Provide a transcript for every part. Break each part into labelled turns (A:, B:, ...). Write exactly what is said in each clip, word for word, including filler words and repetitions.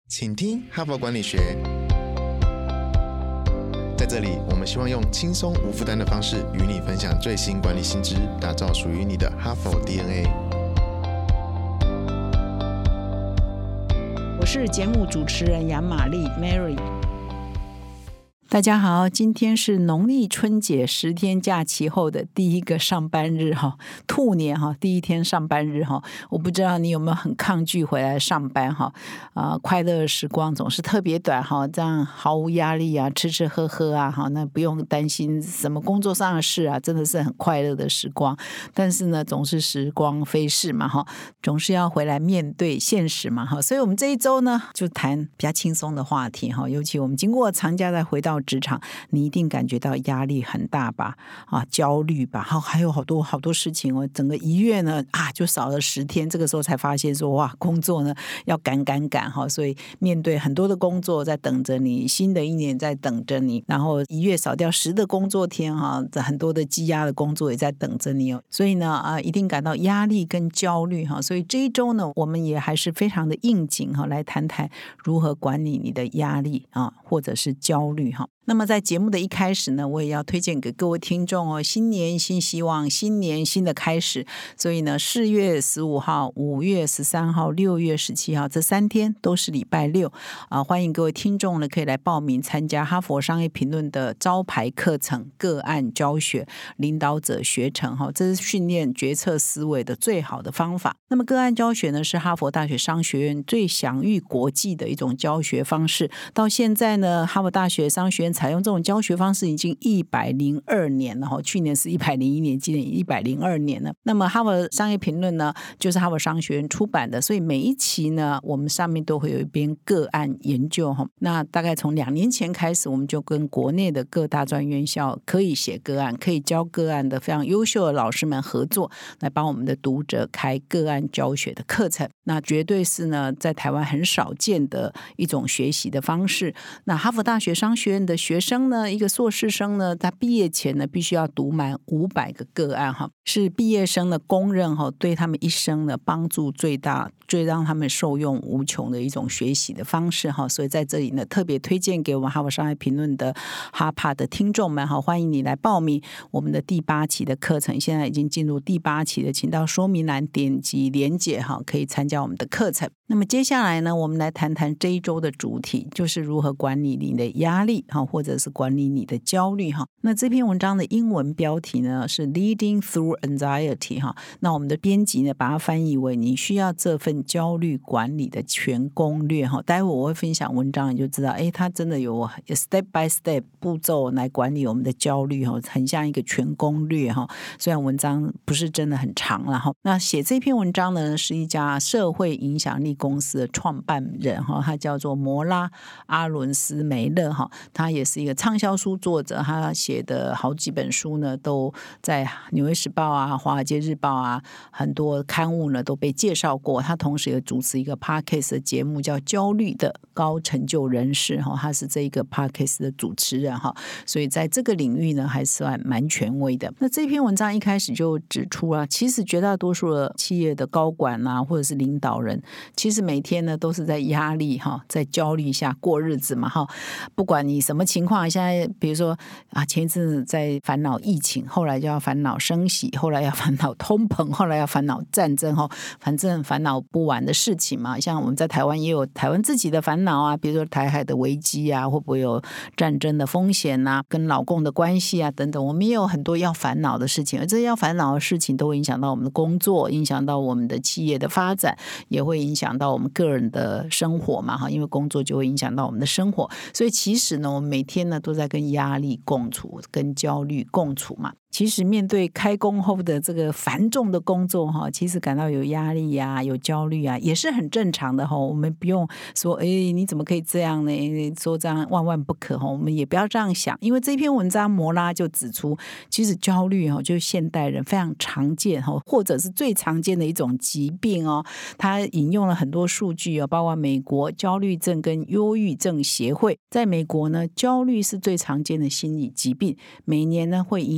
A: 请听哈佛管理学。在这里，我们希望用轻松无负担的方式与你分享最新管理新知，打造属于你的哈佛 D N A。
B: 我是节目主持人杨玛丽 Mary。大家好，今天是农历春节十天假期后的第一个上班日哈，兔年哈，第一天上班日哈。我不知道你有没有很抗拒回来上班哈？啊、呃，快乐的时光总是特别短哈，这样毫无压力啊，吃吃喝喝啊，哈，那不用担心什么工作上的事啊，真的是很快乐的时光。但是呢，总是时光飞逝嘛哈，总是要回来面对现实嘛哈。所以我们这一周呢，就谈比较轻松的话题哈，尤其我们经过长假再回到职场，你一定感觉到压力很大吧？啊，焦虑吧？好，还有好多好多事情哦。整个一月呢，啊，就少了十天，这个时候才发现说，哇，工作呢要赶赶赶哈。所以面对很多的工作在等着你，新的一年在等着你，然后一月少掉十的工作天哈，很多的积压的工作也在等着你哦。所以呢，啊，一定感到压力跟焦虑哈。所以这一周呢，我们也还是非常的应景哈，来谈谈如何管理你的压力啊，或者是焦虑哈。那么在节目的一开始呢，我也要推荐给各位听众哦，新年新希望，新年新的开始。所以呢，四月十五号、五月十三号、六月十七号这三天都是礼拜六啊，欢迎各位听众呢可以来报名参加哈佛商业评论的招牌课程个案教学领导者学程哈，这是训练决策思维的最好的方法。那么个案教学呢，是哈佛大学商学院最享誉国际的一种教学方式。到现在呢，哈佛大学商学院采用这种教学方式已经一百零二年了，去年是一百零一年，今年一百零二年了。那么哈佛商业评论呢，就是哈佛商学院出版的，所以每一期呢，我们上面都会有一篇个案研究。那大概从两年前开始，我们就跟国内的各大专院校可以写个案、可以教个案的非常优秀的老师们合作，来帮我们的读者开个案教学的课程。那绝对是呢，在台湾很少见的一种学习的方式。那哈佛大学商学院的学生呢，一个硕士生呢，他毕业前呢，必须要读满五百个个案哈，是毕业生的公认哈，对他们一生的帮助最大，最让他们受用无穷的一种学习的方式哈。所以在这里呢，特别推荐给我们哈佛商业评论的哈帕的听众们哈，欢迎你来报名我们的第八期的课程，现在已经进入第八期了，请到说明栏点击连结哈，可以参加我们的课程。那么接下来呢，我们来谈谈这一周的主题，就是如何管理你的压力哈，或者是管理你的焦虑哈。那这篇文章的英文标题呢是 Leading Through Anxiety 哈，那我们的编辑呢把它翻译为你需要这份焦虑管理的全攻略哈。待会我会分享文章，你就知道，哎，它真的有 step by step 步骤来管理我们的焦虑哈，很像一个全攻略哈。虽然文章不是真的很长啦哈。那写这篇文章呢是一家社会影响力公司的创办人哈，他叫做摩拉阿伦斯梅勒哈，他也是一个畅销书作者，他写的好几本书呢都在纽约时报啊、华尔街日报啊很多刊物呢都被介绍过。他同时也主持一个 podcast 的节目叫焦虑的高成就人士哈，他是这一个 podcast 的主持人哈，所以在这个领域呢还算蛮权威的。那这篇文章一开始就指出啊，其实绝大多数的企业的高管啊或者是领导人，其实每天呢都是在压力哈，在焦虑下过日子嘛哈。不管你什么情况，现在比如说啊，前一阵子在烦恼疫情，后来就要烦恼升息，后来要烦恼通膨，后来要烦恼战争哈，反正烦恼不完的事情嘛。像我们在台湾也有台湾自己的烦恼啊，比如说台海的危机啊，会不会有战争的风险啊，跟老共的关系啊等等，我们也有很多要烦恼的事情，而这些要烦恼的事情都会影响到我们的工作，影响到我们的企业的发展，也会影响到我们个人的生活嘛哈，因为工作就会影响到我们的生活。所以其实呢，我们每天呢都在跟压力共处，跟焦虑共处嘛。其实面对开工后的这个繁重的工作哈，其实感到有压力呀、啊、有焦虑啊，也是很正常的哈。我们不用说，哎，你怎么可以这样呢？说这样万万不可哈。我们也不要这样想，因为这篇文章摩拉就指出，其实焦虑哈，就是现代人非常常见哈，或者是最常见的一种疾病哦。他引用了很多数据哦，包括美国焦虑症跟忧郁症协会，在美国呢，焦虑是最常见的心理疾病，每年呢会影响超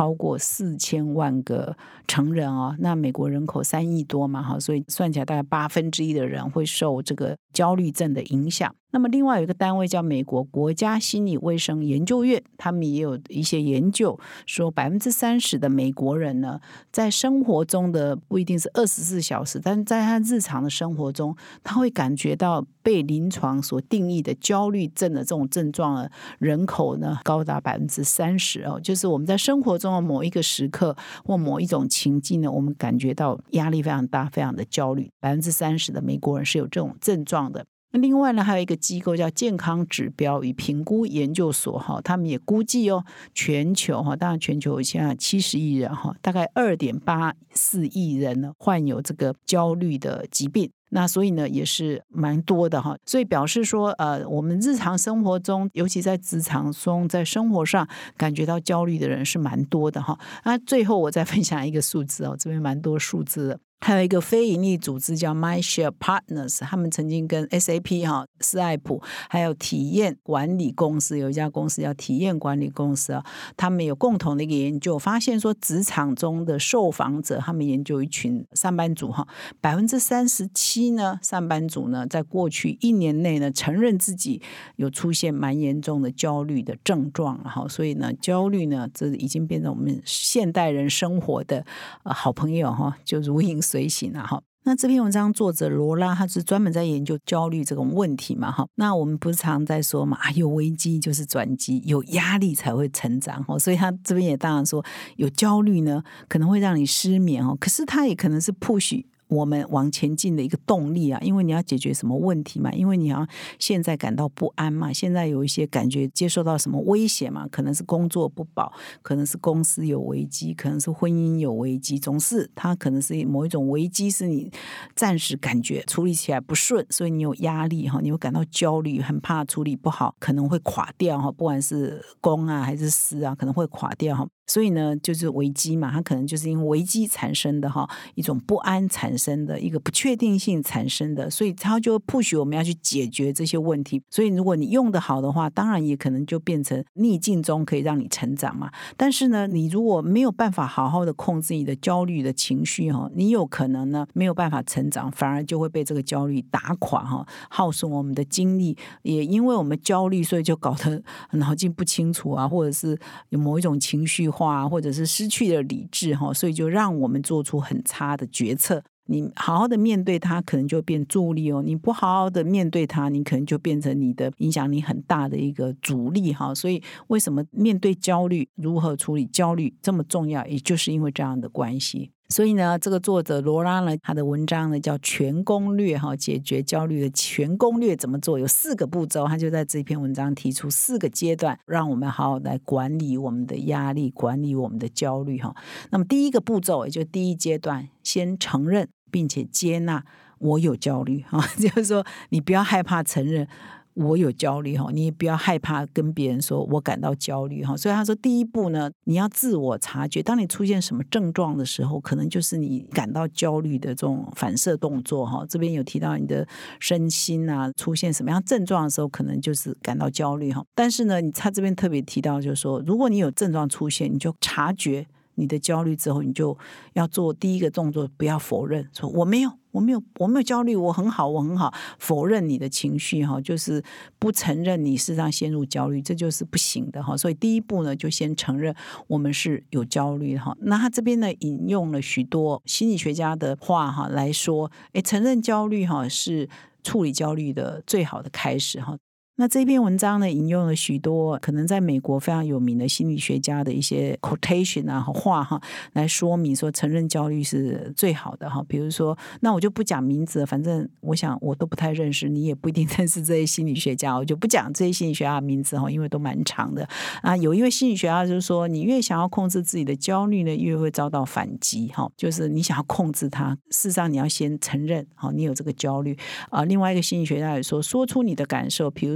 B: 超过四千万个成人哦。那美国人口三亿多嘛，所以算起来大概八分之一的人会受这个焦虑症的影响。那么另外有一个单位叫美国国家心理卫生研究院，他们也有一些研究说百分之三十的美国人呢，在生活中的不一定是二十四小时，但是在他日常的生活中，他会感觉到被临床所定义的焦虑症的这种症状的人口呢，高达百分之三十哦。就是我们在生活中的某一个时刻或某一种情境呢，我们感觉到压力非常大，非常的焦虑。百分之三十的美国人是有这种症状的。另外呢，还有一个机构叫健康指标与评估研究所哈，他们也估计哦，全球哈，当然全球现在七十亿人哈，大概二点八四亿人呢患有这个焦虑的疾病。那所以呢也是蛮多的哈，所以表示说呃，我们日常生活中，尤其在职场中，在生活上感觉到焦虑的人是蛮多的哈。那最后我再分享一个数字哦，这边蛮多数字的。还有一个非营利组织叫 MindShare Partners， 他们曾经跟 S A P 哈、斯艾普还有体验管理公司，有一家公司叫体验管理公司啊，他们有共同的一个研究，发现说职场中的受访者，他们研究一群上班族哈，百分之三十七呢，上班族呢，在过去一年内呢，承认自己有出现蛮严重的焦虑的症状哈，所以呢，焦虑呢，这已经变成我们现代人生活的、呃、好朋友哈，就如影随形啊哈。那这篇文章作者罗拉，他是专门在研究焦虑这种问题嘛哈。那我们不是常在说嘛，啊、有危机就是转机，有压力才会成长哈。所以他这边也当然说，有焦虑呢，可能会让你失眠哦，可是他也可能是 push我们往前进的一个动力啊，因为你要解决什么问题嘛，因为你要现在感到不安嘛，现在有一些感觉接受到什么威胁嘛，可能是工作不保，可能是公司有危机，可能是婚姻有危机，总是它可能是某一种危机是你暂时感觉处理起来不顺，所以你有压力哈，你会感到焦虑，很怕处理不好可能会垮掉哈，不管是公啊还是私啊，可能会垮掉哈。所以呢就是危机嘛，它可能就是因为危机产生的哈，一种不安产生的一个不确定性产生的，所以它就 push 我们要去解决这些问题。所以如果你用得好的话，当然也可能就变成逆境中可以让你成长嘛。但是呢，你如果没有办法好好的控制你的焦虑的情绪哈，你有可能呢没有办法成长，反而就会被这个焦虑打垮哈，耗损我们的精力。也因为我们焦虑，所以就搞得脑筋不清楚啊，或者是有某一种情绪化，或者是失去了理智，所以就让我们做出很差的决策。你好好的面对它，可能就变助力哦；你不好好的面对它，你可能就变成你的影响力很大的一个阻力哈。所以为什么面对焦虑，如何处理焦虑这么重要，也就是因为这样的关系。所以呢，这个作者罗拉呢，他的文章呢叫全攻略哈，解决焦虑的全攻略怎么做？有四个步骤，他就在这篇文章提出四个阶段，让我们好好来管理我们的压力，管理我们的焦虑哈。那么第一个步骤，也就第一阶段，先承认并且接纳我有焦虑哈，就是说你不要害怕承认我有焦虑，你也不要害怕跟别人说我感到焦虑。所以他说第一步呢，你要自我察觉，当你出现什么症状的时候，可能就是你感到焦虑的这种反射动作。这边有提到你的身心啊出现什么样症状的时候，可能就是感到焦虑。但是呢，他这边特别提到就是说，如果你有症状出现，你就察觉你的焦虑之后，你就要做第一个动作，不要否认说我没有我没有我没有焦虑，我很好我很好，否认你的情绪就是不承认你事实上陷入焦虑，这就是不行的。所以第一步呢，就先承认我们是有焦虑。那他这边呢引用了许多心理学家的话来说，诶承认焦虑是处理焦虑的最好的开始。那这篇文章呢，引用了许多可能在美国非常有名的心理学家的一些 quotation 啊话哈，来说明说承认焦虑是最好的哈。比如说，那我就不讲名字了，反正我想我都不太认识，你也不一定认识这些心理学家，我就不讲这些心理学家的名字哈，因为都蛮长的啊。有一位心理学家就是说，你越想要控制自己的焦虑呢，越会遭到反击哈，就是你想要控制它，事实上你要先承认哈，你有这个焦虑啊。另外一个心理学家也说，说出你的感受，比如说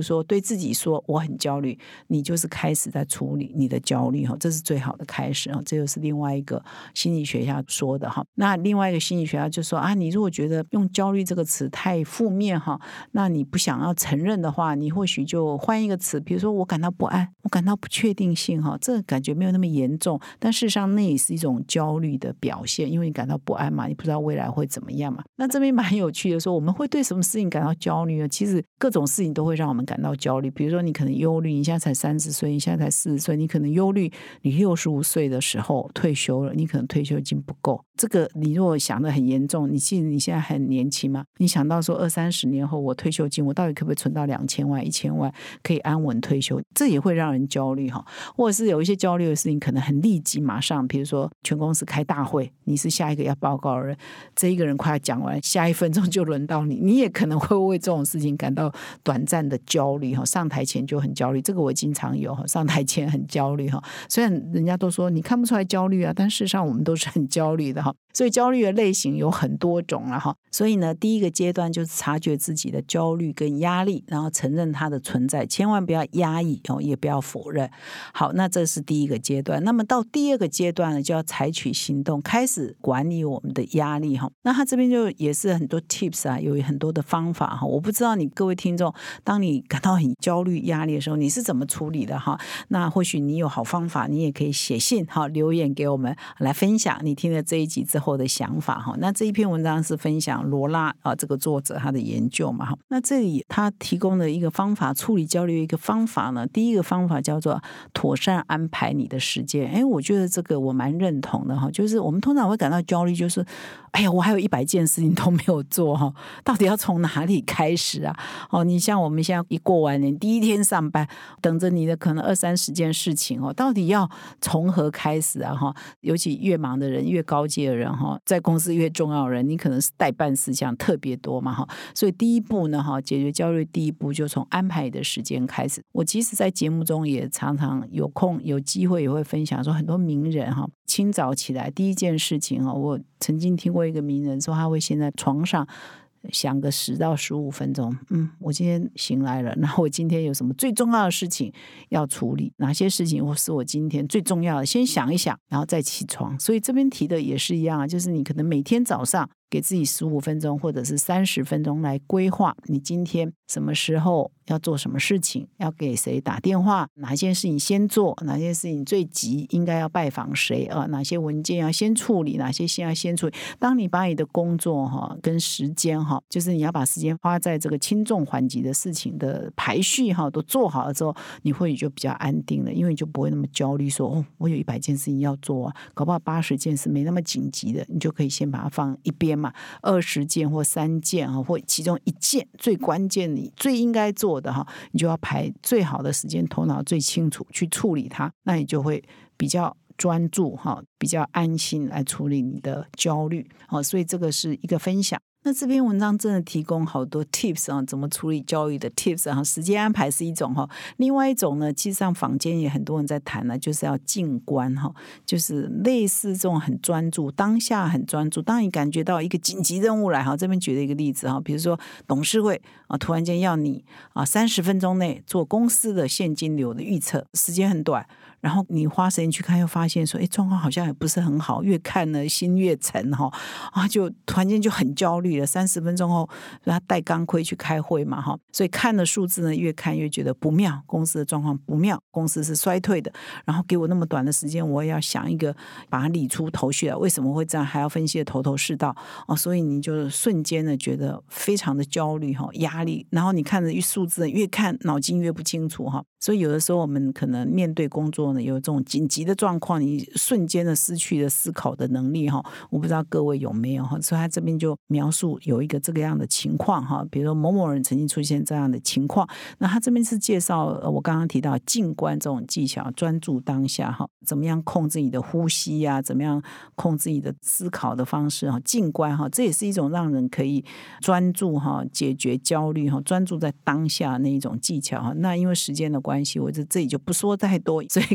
B: 说对自己说我很焦虑，你就是开始在处理你的焦虑，这是最好的开始，这就是另外一个心理学家说的。那另外一个心理学家就说啊，你如果觉得用焦虑这个词太负面，那你不想要承认的话，你或许就换一个词，比如说我感到不安，我感到不确定性，这个感觉没有那么严重，但事实上那也是一种焦虑的表现，因为你感到不安嘛，你不知道未来会怎么样嘛。那这边蛮有趣的说，我们会对什么事情感到焦虑呢？其实各种事情都会让我们感到焦虑。比如说你可能忧虑，你现在才三十岁，你现在才四十岁，你可能忧虑你六十五岁的时候退休了，你可能退休金不够。这个你如果想得很严重，你记得你现在很年轻吗？你想到说二三十年后我退休金我到底可不可以存到两千万一千万可以安稳退休，这也会让人焦虑。或者是有一些焦虑的事情可能很立即马上，比如说全公司开大会，你是下一个要报告的人，这一个人快要讲完，下一分钟就轮到你，你也可能会为这种事情感到短暂的焦虑，上台前就很焦虑，这个我经常有，上台前很焦虑，虽然人家都说你看不出来焦虑啊，但事实上我们都是很焦虑的，所以焦虑的类型有很多种了。所以呢，第一个阶段就是察觉自己的焦虑跟压力，然后承认它的存在，千万不要压抑，也不要否认。好，那这是第一个阶段。那么到第二个阶段呢，就要采取行动，开始管理我们的压力。那他这边就也是很多 tips 啊，有很多的方法。我不知道你各位听众，当你感到很焦虑压力的时候，你是怎么处理的？那或许你有好方法，你也可以写信留言给我们来分享你听了这一集之后的想法。那这一篇文章是分享罗拉啊这个作者他的研究嘛。那这里他提供的一个方法，处理焦虑的一个方法呢，第一个方法叫做妥善安排你的时间。哎，我觉得这个我蛮认同的哈，就是我们通常会感到焦虑，就是哎呀，我还有一百件事情都没有做哈，到底要从哪里开始啊？哦，你像我们现在一过完年第一天上班，等着你的可能二三十件事情哦，到底要从何开始啊？哈，尤其越忙的人，越高阶的人哈，在公司越重要的人，你可能是代办事项特别多嘛哈，所以第一步呢哈，解决焦虑第一步就从安排你的时间开始。我其实在节目中也常常有空有机会也会分享说，很多名人哈，清早起来第一件事情哈，我曾经听过一个名人说，他会先在床上想个十到十五分钟，嗯，我今天醒来了，那我今天有什么最重要的事情要处理？哪些事情是我今天最重要的？先想一想，然后再起床。所以这边提的也是一样，就是你可能每天早上给自己十五分钟或者是三十分钟来规划你今天什么时候要做什么事情，要给谁打电话，哪件事情先做，哪件事情最急应该要拜访谁啊？哪些文件要先处理，哪些先要先处理。当你把你的工作哈跟时间哈，就是你要把时间花在这个轻重缓急的事情的排序哈都做好了之后，你会就比较安定了，因为你就不会那么焦虑说哦，我有一百件事情要做啊，搞不好八十件是没那么紧急的，你就可以先把它放一边嘛，二十件或三件或其中一件最关键你最应该做的哈，你就要排最好的时间，头脑最清楚去处理它，那你就会比较专注哈，比较安心来处理你的焦虑。好，所以这个是一个分享。那这篇文章真的提供好多 tips 啊，怎么处理焦虑的 tips 啊，时间安排是一种哈，另外一种呢，其实上坊间也很多人在谈呢，就是要静观哈，就是类似这种很专注，当下很专注。当你感觉到一个紧急任务来哈，这边举了一个例子哈，比如说董事会啊，突然间要你啊三十分钟内做公司的现金流的预测，时间很短。然后你花时间去看，又发现说，哎，状况好像也不是很好，越看呢心越沉哈，啊，就突然间就很焦虑了。三十分钟后，他戴钢盔去开会嘛哈，所以看的数字呢，越看越觉得不妙，公司的状况不妙，公司是衰退的。然后给我那么短的时间，我也要想一个把它理出头绪来，为什么会这样，还要分析的头头是道哦，所以你就瞬间的觉得非常的焦虑哈，压力。然后你看着数字越看脑筋越不清楚哈，所以有的时候我们可能面对工作有这种紧急的状况，你瞬间的失去了思考的能力哈，我不知道各位有没有哈，所以他这边就描述有一个这个样的情况哈，比如说某某人曾经出现这样的情况，那他这边是介绍我刚刚提到静观这种技巧，专注当下哈，怎么样控制你的呼吸呀、啊，怎么样控制你的思考的方式哈，静观哈，这也是一种让人可以专注哈，解决焦虑哈，专注在当下那一种技巧哈。那因为时间的关系，我这这里就不说太多，所以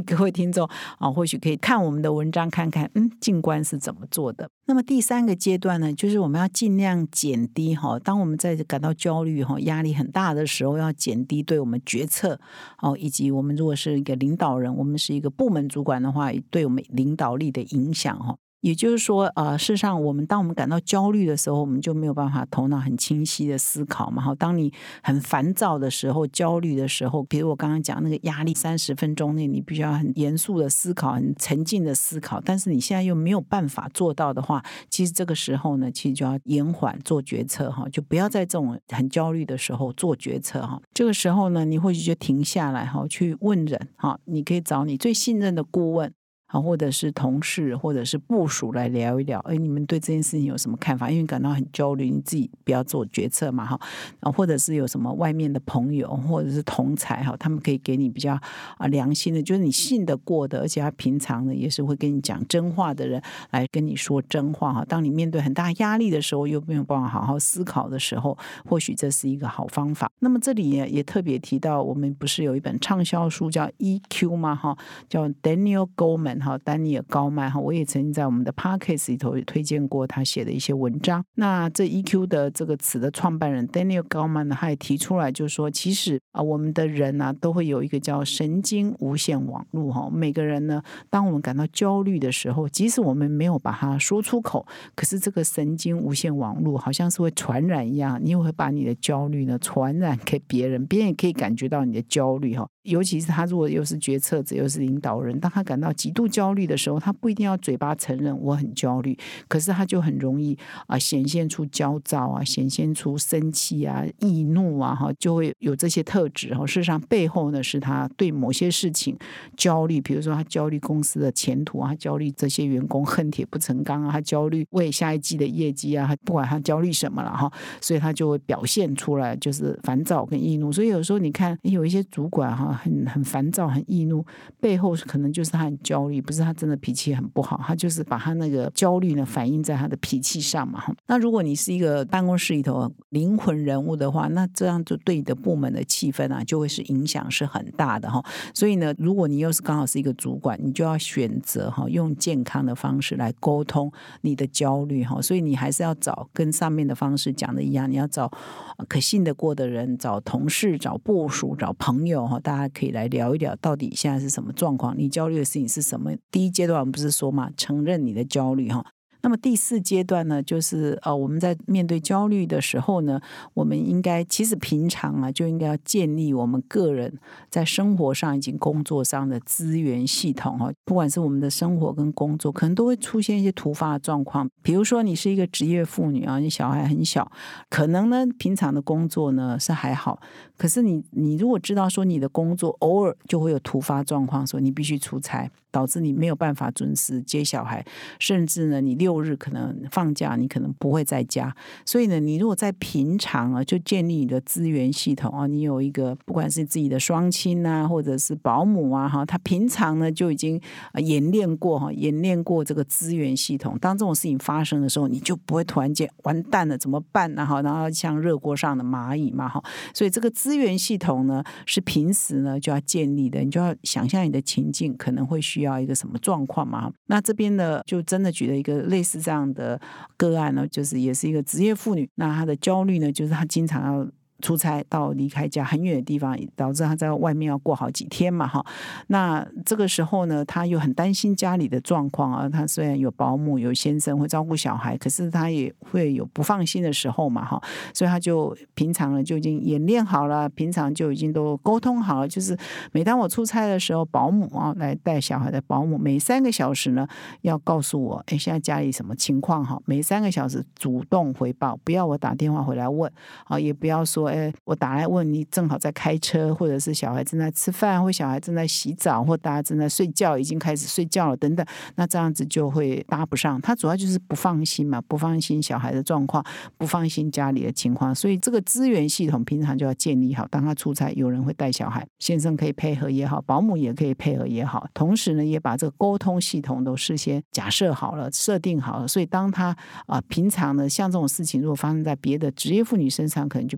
B: 各位听众啊，或许可以看我们的文章看看，嗯，静观是怎么做的。那么第三个阶段呢，就是我们要尽量减低哈，当我们在感到焦虑哈、压力很大的时候，要减低对我们决策哦，以及我们如果是一个领导人，我们是一个部门主管的话，对我们领导力的影响哈。也就是说，呃，事实上，我们当我们感到焦虑的时候，我们就没有办法头脑很清晰的思考嘛。好，当你很烦躁的时候、焦虑的时候，比如我刚刚讲那个压力，三十分钟内你必须要很严肃的思考、很沉静的思考，但是你现在又没有办法做到的话，其实这个时候呢，其实就要延缓做决策哈，就不要在这种很焦虑的时候做决策哈。这个时候呢，你或许就停下来哈，去问人哈，你可以找你最信任的顾问。或者是同事或者是部属来聊一聊，哎，你们对这件事情有什么看法？因为感到很焦虑，你自己不要做决策嘛，哈，或者是有什么外面的朋友或者是同侪哈，他们可以给你比较啊良心的，就是你信得过的，而且他平常呢也是会跟你讲真话的人来跟你说真话哈。当你面对很大压力的时候，又没有办法好好思考的时候，或许这是一个好方法。那么这里也也特别提到，我们不是有一本畅销书叫 E Q 吗？哈，叫 Daniel Goleman。丹尼尔高曼，我也曾经在我们的 podcast 里头推荐过他写的一些文章。那这 E Q 的这个词的创办人 Daniel Goleman 呢，他也提出来就是说，其实啊，我们的人啊都会有一个叫神经无线网络哈。每个人呢，当我们感到焦虑的时候，即使我们没有把它说出口，可是这个神经无线网络好像是会传染一样，你也会把你的焦虑呢传染给别人，别人也可以感觉到你的焦虑哈。尤其是他如果又是决策者又是领导人，当他感到极度焦虑的时候，他不一定要嘴巴承认我很焦虑，可是他就很容易啊显现出焦躁啊，显现出生气啊、易怒啊，哈，就会有这些特质哈。事实上背后呢是他对某些事情焦虑，比如说他焦虑公司的前途啊，他焦虑这些员工恨铁不成钢啊，他焦虑为下一季的业绩啊，不管他焦虑什么了哈，所以他就会表现出来就是烦躁跟易怒。所以有时候你看有一些主管哈。很很烦躁很易怒，背后可能就是他很焦虑，不是他真的脾气很不好，他就是把他那个焦虑呢反映在他的脾气上嘛。那如果你是一个办公室里头灵魂人物的话，那这样就对你的部门的气氛啊就会是影响是很大的哈。所以呢，如果你又是刚好是一个主管，你就要选择哈用健康的方式来沟通你的焦虑哈。所以你还是要找跟上面的方式讲的一样，你要找可信得过的人，找同事，找部属，找朋友哈，大家可以来聊一聊到底现在是什么状况，你焦虑的事情是什么。第一阶段我们不是说嘛，承认你的焦虑哈。那么第四阶段呢，就是呃我们在面对焦虑的时候呢，我们应该其实平常啊就应该要建立我们个人在生活上以及工作上的资源系统哈。不管是我们的生活跟工作，可能都会出现一些突发的状况。比如说你是一个职业妇女啊，你小孩很小，可能呢平常的工作呢是还好，可是你你如果知道说你的工作偶尔就会有突发状况，说你必须出差，导致你没有办法准时接小孩，甚至呢你六日可能放假你可能不会在家。所以呢你如果在平常啊就建立你的资源系统啊，你有一个不管是自己的双亲啊或者是保姆啊哈，他平常呢就已经演练过哈，演练过这个资源系统，当这种事情发生的时候，你就不会突然间完蛋了怎么办呢、啊、然后像热锅上的蚂蚁嘛哈。所以这个资源系统呢是平时呢就要建立的，你就要想象你的情境可能会需要一个什么状况嘛。那这边呢就真的举了一个类似这样的个案呢，就是也是一个职业妇女，那她的焦虑呢就是她经常要出差到离开家很远的地方，导致他在外面要过好几天嘛哈。那这个时候呢他又很担心家里的状况啊，他虽然有保姆有先生会照顾小孩，可是他也会有不放心的时候嘛哈。所以他就平常呢就已经演练好了，平常就已经都沟通好了，就是每当我出差的时候，保姆啊来带小孩的保姆每三个小时呢要告诉我哎现在家里什么情况哈，每三个小时主动回报，不要我打电话回来问啊，也不要说哎，我打来问你正好在开车，或者是小孩正在吃饭，或小孩正在洗澡，或大家正在睡觉，已经开始睡觉了等等，那这样子就会搭不上。他主要就是不放心嘛，不放心小孩的状况，不放心家里的情况，所以这个资源系统平常就要建立好。当他出差，有人会带小孩，先生可以配合也好，保姆也可以配合也好，同时呢也把这个沟通系统都事先假设好了，设定好了。所以当他、呃、平常呢像这种事情如果发生在别的职业妇女身上，可能就变成一个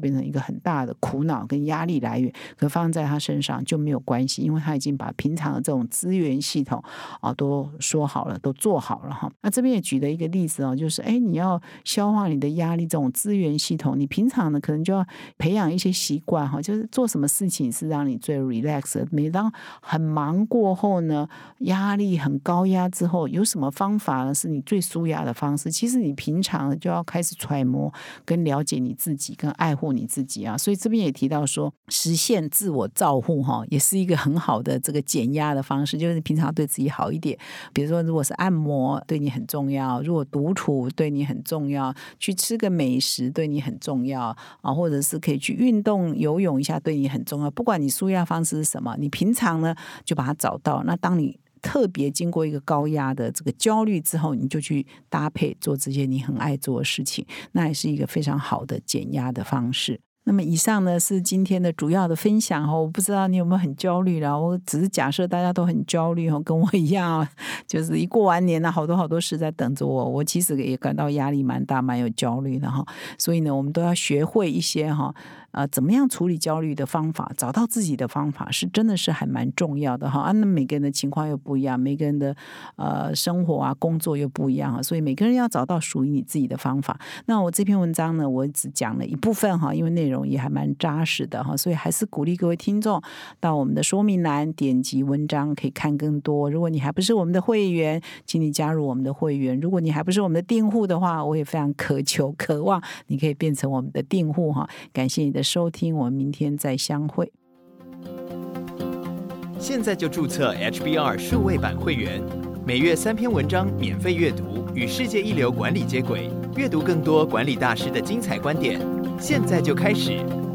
B: 很大的苦恼跟压力来源，可放在他身上就没有关系，因为他已经把平常的这种资源系统啊都说好了，都做好了哈。那这边也举了一个例子哦，就是哎，你要消化你的压力这种资源系统，你平常呢可能就要培养一些习惯哈，就是做什么事情是让你最 relax 的。每当很忙过后呢，压力很高压之后，有什么方法呢是你最舒压的方式？其实你平常就要开始揣摩跟了解你自己，跟爱护你自己啊。所以这边也提到说，实现自我照护哈，也是一个很好的这个减压的方式，就是平常对自己好一点。比如说，如果是按摩对你很重要，如果独处对你很重要，去吃个美食对你很重要啊，或者是可以去运动游泳一下对你很重要。不管你舒压方式是什么，你平常呢就把它找到。那当你特别经过一个高压的这个焦虑之后，你就去搭配做这些你很爱做的事情，那也是一个非常好的减压的方式。那么以上呢是今天的主要的分享哦，我不知道你有没有很焦虑啦，我只是假设大家都很焦虑哦，跟我一样，就是一过完年了，好多好多事在等着我，我其实也感到压力蛮大，蛮有焦虑的哈。所以呢，我们都要学会一些哈。呃，怎么样处理焦虑的方法，找到自己的方法是真的是还蛮重要的哈。啊，那每个人的情况又不一样，每个人的呃生活啊、工作又不一样啊，所以每个人要找到属于你自己的方法。那我这篇文章呢，我只讲了一部分哈，因为内容也还蛮扎实的哈，所以还是鼓励各位听众到我们的说明栏点击文章可以看更多。如果你还不是我们的会员，请你加入我们的会员。如果你还不是我们的订户的话，我也非常渴求、渴望你可以变成我们的订户哈。感谢你的收听，我们明天再相会。
C: 现在就注册 H B R 数位版会员，每月三篇文章免费阅读，与世界一流管理接轨，阅读更多管理大师的精彩观点。现在就开始。